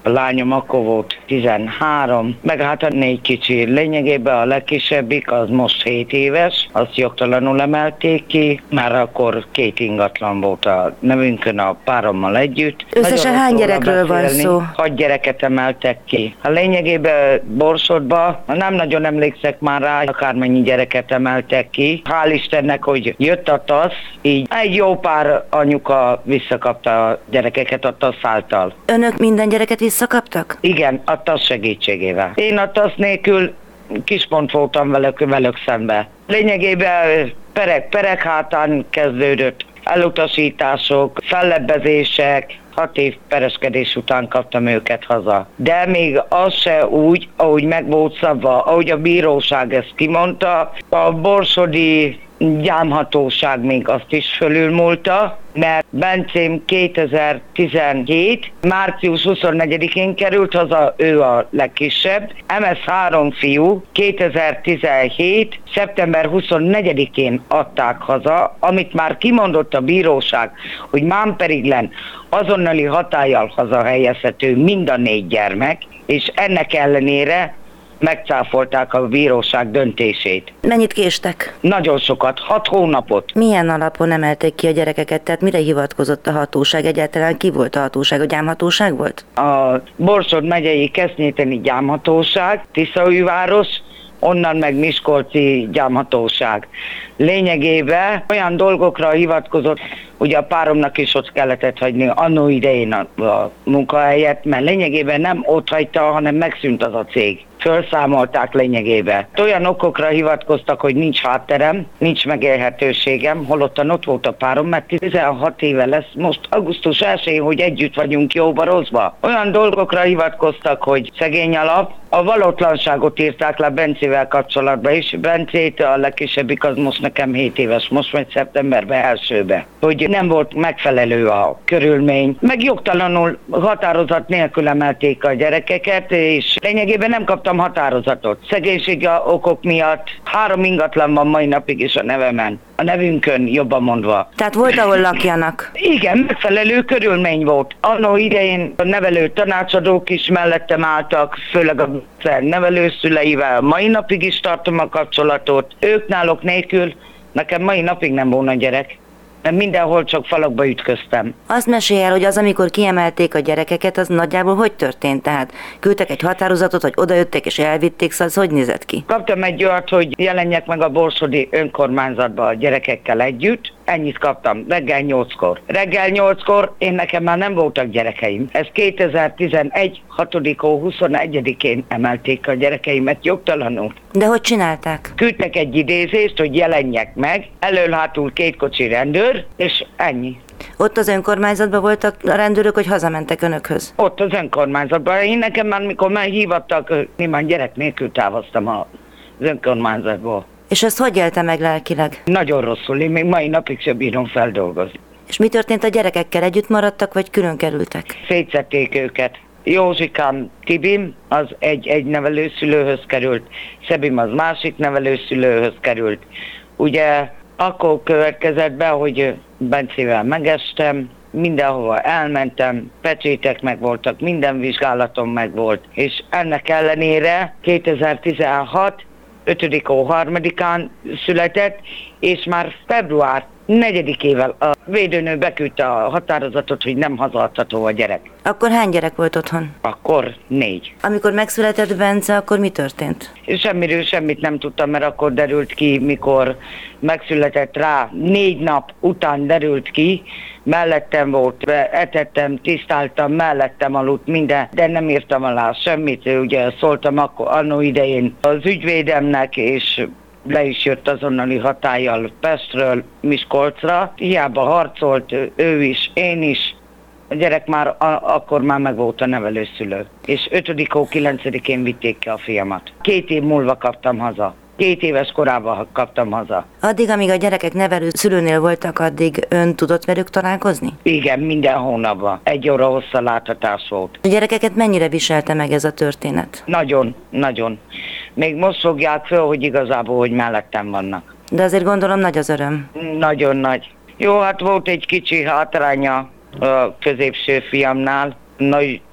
A lányom akkor volt tizenhárom, meg hát a négy kicsi. Lényegében a legkisebbik az most hét éves, azt jogtalanul emelték ki, már akkor két ingatlan volt a nevünkön a párommal együtt. Összesen hány gyerekről van szó? Hat gyereket emeltek ki. A lényegében Borsodba, nem nagyon emlékszek már rá, akármennyi gyereket emeltek ki. Hál' Istennek, hogy jött a TASZ, így egy jó pár anyuka visszakapta a gyerekeket a TASZ által. Önök minden gyereket visszakaptak? Igen, a TASZ segítségével. Én a TASZ nélkül kispont voltam velük, velük szembe. Lényegében perek, perek hátán kezdődött. Elutasítások, fellebbezések, hat év pereskedés után kaptam őket haza. De még az se úgy, ahogy meg volt szabva, ahogy a bíróság ezt kimondta, a borsodi gyámhatóság még azt is fölülmúlta, mert Bencém kétezer-tizenhét. március huszonnegyedikén került haza, ő a legkisebb. em es három fiú kétezer-tizenhét. szeptember huszonnegyedikén adták haza, amit már kimondott a bíróság, hogy Mámperiglen azonnali hatállyal hazahelyezhető mind a négy gyermek, és ennek ellenére megcáfolták a bíróság döntését. Mennyit késtek? Nagyon sokat, hat hónapot. Milyen alapon emelték ki a gyerekeket, tehát mire hivatkozott a hatóság? Egyáltalán ki volt a hatóság? A gyámhatóság volt? A Borsod megyei Kesznyéteni gyámhatóság, Tiszaújváros, onnan meg Miskolci gyámhatóság. Lényegében olyan dolgokra hivatkozott, ugye a páromnak is ott kellett hagyni annó idején a, a munkahelyet, mert lényegében nem ott hagyta, hanem megszűnt az a cég. Fölszámolták lényegében. Olyan okokra hivatkoztak, hogy nincs hátterem, nincs megélhetőségem, holottan ott volt a párom, mert tizenhat éve lesz most augusztus elsején, hogy együtt vagyunk jóba rosszba. Olyan dolgokra hivatkoztak, hogy szegény alap, a valótlanságot írták le Bencével kapcsolatban is. Bencét, a legkisebbik az most nekem hét éves, most megy szeptemberben elsőbe. Hogy nem volt megfelelő a körülmény. Meg jogtalanul határozat nélkül emelték a gyerekeket, és lényegében nem kaptam határozatot. Szegénységi okok miatt három ingatlan van mai napig is a nevemen. A nevünkön, jobban mondva. Tehát volt, ahol lakjanak? Igen, megfelelő körülmény volt. Annó idején a nevelő tanácsadók is mellettem álltak, főleg a nevelőszüleivel. Mai napig is tartom a kapcsolatot. Ők náluk nélkül nekem mai napig nem volna gyerek. Mert mindenhol csak falakba ütköztem. Azt mesélj el, hogy az, amikor kiemelték a gyerekeket, az nagyjából hogy történt? Tehát küldtek egy határozatot, hogy odajöttek és elvitték, szóval az hogy nézett ki? Kaptam egy olyat, hogy jelenjek meg a borsodi önkormányzatba a gyerekekkel együtt. Ennyit kaptam, reggel nyolckor. Reggel nyolckor én nekem már nem voltak gyerekeim. Ez kétezer-tizenegy. hatodika huszonegyedikén emelték a gyerekeimet jogtalanul. De hogy csinálták? Küldtek egy idézést, hogy jelenjek meg, elől-hátul két kocsi rendőr, és ennyi. Ott az önkormányzatban voltak a rendőrök, hogy hazamentek önökhöz? Ott az önkormányzatban. Én nekem már, mikor már hívattak, én már gyerek nélkül távoztam az önkormányzatból. És ezt hogy élte meg lelkileg? Nagyon rosszul, én még mai napig sem bírom feldolgozni. És mi történt a gyerekekkel? Együtt maradtak, vagy külön kerültek? Szétszették őket. Józsikám, Tibim az egy, egy nevelőszülőhöz került, Szebim az másik nevelőszülőhöz került. Ugye akkor következett be, hogy Bencével megestem, mindenhova elmentem, pecsétek meg voltak, minden vizsgálatom meg volt, és ennek ellenére kétezer-tizenhat. ötödika harmadikán született, és már február negyedikével a védőnő beküldte a határozatot, hogy nem hazaadható a gyerek. Akkor hány gyerek volt otthon? Akkor négy. Amikor megszületett Bence, akkor mi történt? Semmiről semmit nem tudtam, mert akkor derült ki, mikor megszületett rá. Négy nap után derült ki, mellettem volt, etettem, tisztáltam, mellettem aludt minden, de nem írtam alá semmit. Ugye szóltam akkor annó idején az ügyvédemnek, és le is jött azonnali hatállyal Pestről Miskolcra. Hiába harcolt ő is, én is. A gyerek már a, akkor már meg volt a nevelőszülő. És ötödika kilencedikén vitték ki a fiamat. Két év múlva kaptam haza. Két éves korában kaptam haza. Addig, amíg a gyerekek nevelő szülőnél voltak, addig ön tudott velük találkozni? Igen, minden hónapban. Egy óra hossza láthatás volt. A gyerekeket mennyire viselte meg ez a történet? Nagyon, nagyon. Még most fogják föl, hogy igazából, hogy mellettem vannak. De azért gondolom nagy az öröm. Nagyon nagy. Jó, hát volt egy kicsi hátránya a középső fiamnál. Nagy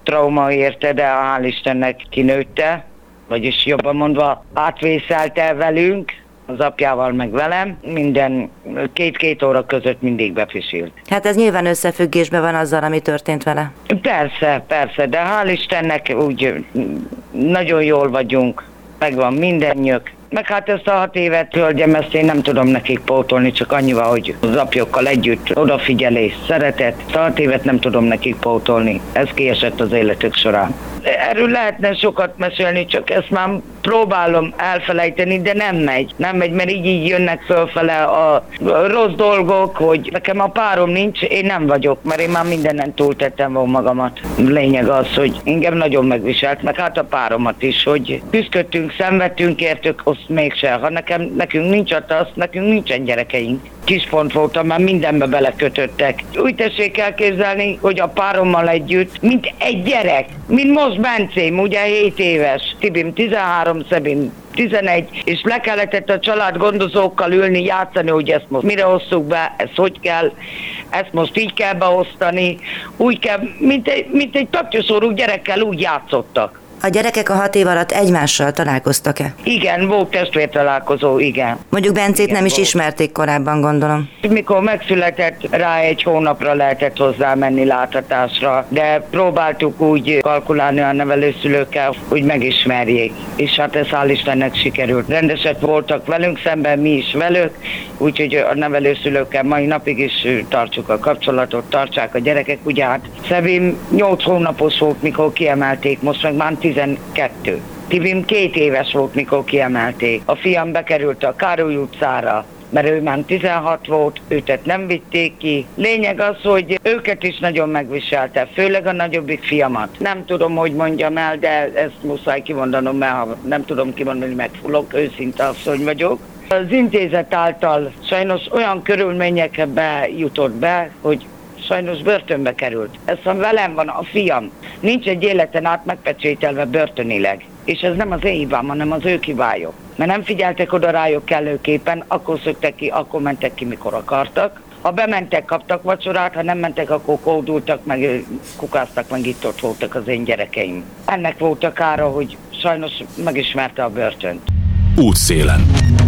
trauma érte, de hál' Istennek kinőtte, vagyis jobban mondva átvészelte velünk, az apjával meg velem, minden két-két óra között mindig befisilt. Hát ez nyilván összefüggésben van azzal, ami történt vele. Persze, persze, de hál' Istennek úgy nagyon jól vagyunk, megvan mindennyök. Meg hát ezt a hat évet, hölgyem, ezt én nem tudom nekik pótolni, csak annyival, hogy az apjokkal együtt odafigyelés, szeretet. Ezt a hat évet nem tudom nekik pótolni. Ez kiesett az életük során. Erről lehetne sokat mesélni, csak ezt már próbálom elfelejteni, de nem megy. Nem megy, mert így, így jönnek fölfele a rossz dolgok, hogy nekem a párom nincs, én nem vagyok, mert én már mindenen túltettem volna magamat. Lényeg az, hogy engem nagyon megviselt, meg hát a páromat is, hogy küzdöttünk, szenvedtünk értük, azt mégse. Ha nekem, nekünk nincs a tasz, nekünk nincsen gyerekeink. Kispont voltam, már mindenbe belekötöttek. Úgy tessék elképzelni, hogy a párommal együtt, mint egy gyerek, mint most Bencém, ugye hét éves, Tibim tizenhárom, Szabim tizenegy, és le kellett a család gondozókkal ülni, játszani, hogy ezt most mire osszuk be, ezt hogy kell, ezt most így kell beosztani, úgy kell, mint egy, mint egy tapjoszórú gyerekkel úgy játszottak. A gyerekek a hat év alatt egymással találkoztak-e? Igen, volt testvértalálkozó, igen. Mondjuk Bencét igen, nem is volt. Ismerték korábban, gondolom. Mikor megszületett, rá egy hónapra lehetett hozzá menni láthatásra, de próbáltuk úgy kalkulálni a nevelőszülőkkel, hogy megismerjék. És hát ez hál' Istennek sikerült. Rendesek voltak velünk szemben, mi is velük, úgyhogy a nevelőszülőkkel mai napig is tartsuk a kapcsolatot, tartsák a gyerekek. Ugye hát Szabim nyolc hónapos volt, mikor kiemelték, most meg már tizenkettő. Tibim két éves volt, mikor kiemelték. A fiam bekerült a Károly utcára, mert ő már tizenhat volt, őtet nem vitték ki. Lényeg az, hogy őket is nagyon megviselte, főleg a nagyobbik fiamat. Nem tudom, hogy mondjam el, de ezt muszáj kimondanom, mert ha nem tudom kimondani, megfulok, őszinte asszony vagyok. Az intézet által sajnos olyan körülményekbe jutott be, hogy sajnos börtönbe került. Ez ha velem van a fiam, nincs egy életen át megpecsételve börtönileg. És ez nem az én hibám, hanem az ő hibájuk. Mert nem figyeltek oda rájuk kellőképpen, akkor szöktek ki, akkor mentek ki, mikor akartak. Ha bementek, kaptak vacsorát, ha nem mentek, akkor kódultak, meg kukáztak, meg itt ott voltak az én gyerekeim. Ennek volt a kára, hogy sajnos megismerte a börtönt. Útszélen.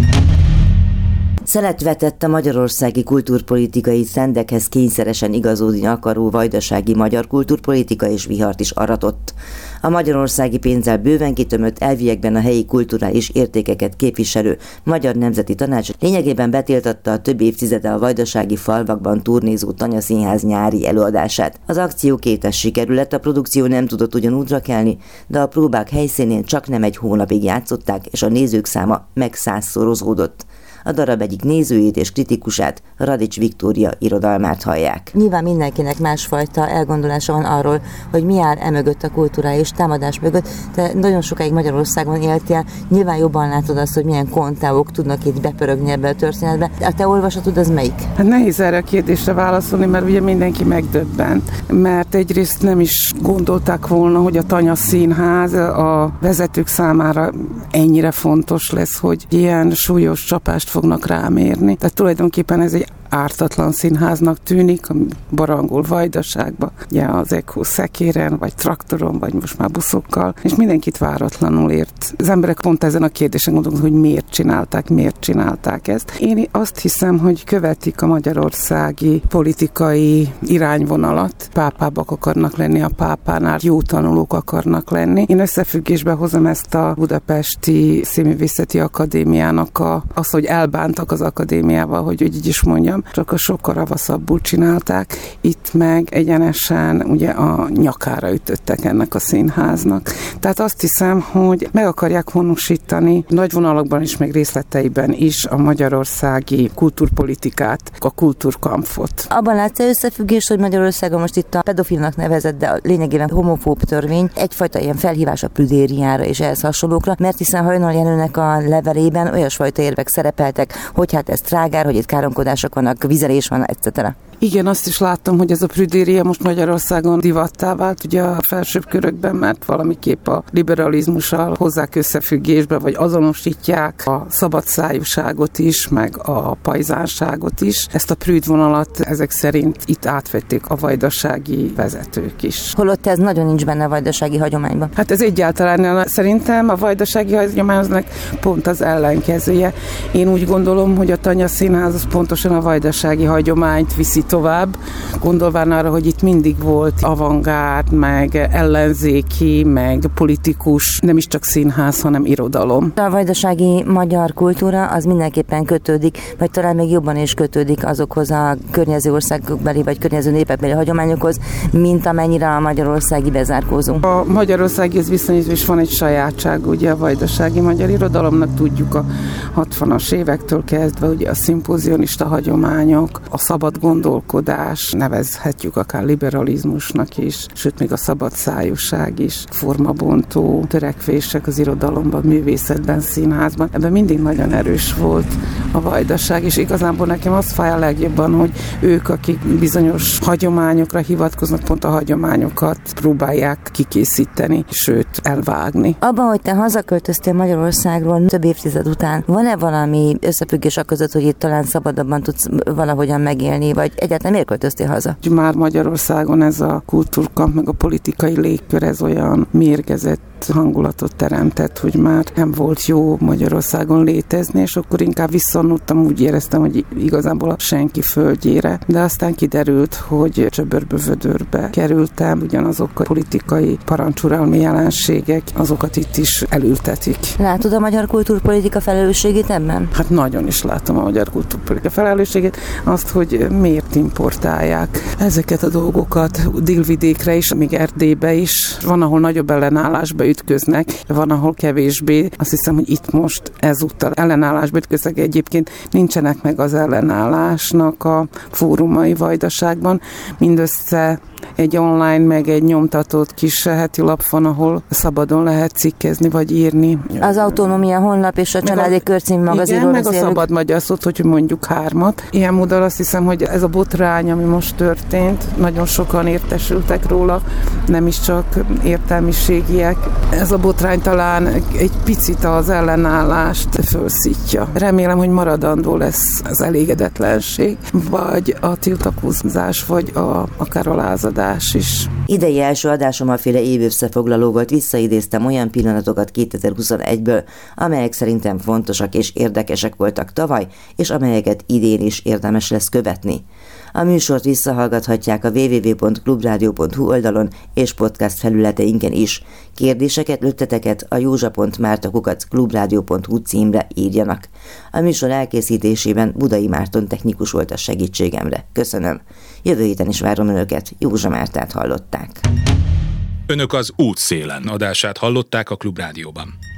Szelet vetett a magyarországi kultúrpolitikai trendekhez kényszeresen igazodni akaró vajdasági magyar kultúrpolitika és vihart is aratott. A magyarországi pénzzel bőven kitömött, elviekben a helyi kulturális értékeket képviselő Magyar Nemzeti Tanács lényegében betiltatta a több évtizede a vajdasági falvakban turnézó Tanya Színház nyári előadását. Az akció kétes sikerű lett, a produkció nem tudott ugyan útra kelni, de a próbák helyszínén csak nem egy hónapig játszották, és a nézők száma meg százszorozódott. A darab egyik nézőjét és kritikusát, Radics Viktória irodalmát hallják. Nyilván mindenkinek másfajta elgondolása van arról, hogy mi áll emögött a kulturális támadás mögött. Te nagyon sokáig Magyarországon éltél, nyilván jobban látod azt, hogy milyen kontáok tudnak itt bepörögni ebbe a történetbe. A te olvasatod az melyik? Hát nehéz erre a kérdésre válaszolni, mert ugye mindenki megdöbbent. Mert egyrészt nem is gondolták volna, hogy a Tanya Színház a vezetők számára ennyire fontos lesz, hogy ilyen súlyos csapást fognak rámérni. Tehát tulajdonképpen ez egy ártatlan színháznak tűnik, a Barangol Vajdaságban, ugye az Echo szekéren, vagy traktoron, vagy most már buszokkal, és mindenkit váratlanul ért. Az emberek pont ezen a kérdésen gondolnak, hogy miért csinálták, miért csinálták ezt. Én azt hiszem, hogy követik a magyarországi politikai irányvonalat. Pápábbak akarnak lenni a pápánál, jó tanulók akarnak lenni. Én összefüggésbe hozom ezt a Budapesti Színművészeti Akadémiának a, az, hogy elbántak az akadémiával, hogy így is mondjam, csak a sokkal ravaszabbul csinálták. Itt meg egyenesen ugye a nyakára ütöttek ennek a színháznak. Tehát azt hiszem, hogy meg akarják honosítani nagy vonalakban is, meg részleteiben is a magyarországi kultúrpolitikát, a kultúrkampfot. Abban látsz-e összefüggés, hogy Magyarországon most itt a pedofilnak nevezett, de lényegében homofób törvény egyfajta ilyen felhívás a prüdériára és ehhez hasonlókra, mert hiszen Hajnal Jenőnek a levelében olyasfajta érvek szerepeltek, hogy hát ez trágár, hogy itt káromkodások vannak, vizelés van, et cetera. Igen, azt is láttam, hogy ez a prüdéria most Magyarországon divattá vált, ugye a felsőbb körökben, mert valamiképp a liberalizmussal hozzák összefüggésbe, vagy azonosítják a szabadszájúságot is, meg a pajzánságot is. Ezt a prűd vonalat ezek szerint itt átvették a vajdasági vezetők is. Holott ez nagyon nincs benne a vajdasági hagyományban. Hát ez egyáltalán szerintem a vajdasági hagyományoznak pont az ellenkezője. Én úgy gondolom, hogy a Tanya Színház az pontosan a vajdasági hagyományt viszi tovább, gondolván arra, hogy itt mindig volt avantgárd, meg ellenzéki, meg politikus, nem is csak színház, hanem irodalom. A vajdasági magyar kultúra az mindenképpen kötődik, vagy talán még jobban is kötődik azokhoz a környező országokbeli, vagy környező népekbeli hagyományokhoz, mint amennyire a magyarországi bezárkózó. A magyarországi ez viszonyítva is van egy sajátság, ugye a vajdasági magyar irodalomnak tudjuk a hatvanas évektől kezdve, ugye a szimpozionista hagyományok, a szabad gondolkodás, nevezhetjük akár liberalizmusnak is, sőt még a szabadszájúság is, formabontó törekvések az irodalomban, művészetben, színházban. Ebben mindig nagyon erős volt a vajdaság, és igazából nekem az fáj a legjobban, hogy ők, akik bizonyos hagyományokra hivatkoznak, pont a hagyományokat próbálják kikészíteni, sőt elvágni. Abban, hogy te hazaköltöztél Magyarországról több évtized után, van-e valami összefüggés a között, hogy itt talán szabadabban tudsz valahogyan megélni, vagy egyáltalán miért költöztél haza? Már Magyarországon ez a kultúrkamp, meg a politikai légkör, ez olyan mérgezett hangulatot teremtett, hogy már nem volt jó Magyarországon létezni, és akkor inkább visszanuttam, úgy éreztem, hogy igazából a senki földjére, de aztán kiderült, hogy csöbörbe-vödörbe kerültem, ugyanazok a politikai parancsuralmi jelenségek, azokat itt is elültetik. Látod a magyar kultúrpolitika felelősségét ebben? Hát nagyon is látom a magyar kultúrpolitika felelősségét, azt, hogy miért importálják ezeket a dolgokat Délvidékre is, még Erdélybe is. Van, ahol nagyobb ellenállásba ütköznek, van, ahol kevésbé. Azt hiszem, hogy itt most ezúttal ellenállásba ütköznek. Egyébként nincsenek meg az ellenállásnak a fórumai Vajdaságban. Mindössze egy online, meg egy nyomtatott kis heti lap van, ahol szabadon lehet cikkezni, vagy írni. Az Autonómia honlap és a Családi Körcím magazinról meg beszélünk. A Szabad Magyar Szót, hogy mondjuk hármat. Ilyen módon azt hiszem, hogy ez a botrány, ami most történt, nagyon sokan értesültek róla, nem is csak értelmiségiek. Ez a botrány talán egy picit az ellenállást felszítja. Remélem, hogy maradandó lesz az elégedetlenség, vagy a tiltakozás, vagy a, akár a lázadás is. Idei első adásom a féle évösszefoglaló volt, visszaidéztem olyan pillanatokat kétezer-huszonegyből, amelyek szerintem fontosak és érdekesek voltak tavaly, és amelyeket idén is érdemes lesz követni. A műsort visszahallgathatják a double-u double-u double-u pont klubrádió pont hu oldalon és podcast felületeinken is. Kérdéseket, ötleteket a józsa pont márta kukac klubrádió pont hu címre írjanak. A műsor elkészítésében Budai Márton technikus volt a segítségemre. Köszönöm. Jövő héten is várom önöket. Józsa Mártát hallották. Önök az Útszélen adását hallották a Klubrádióban.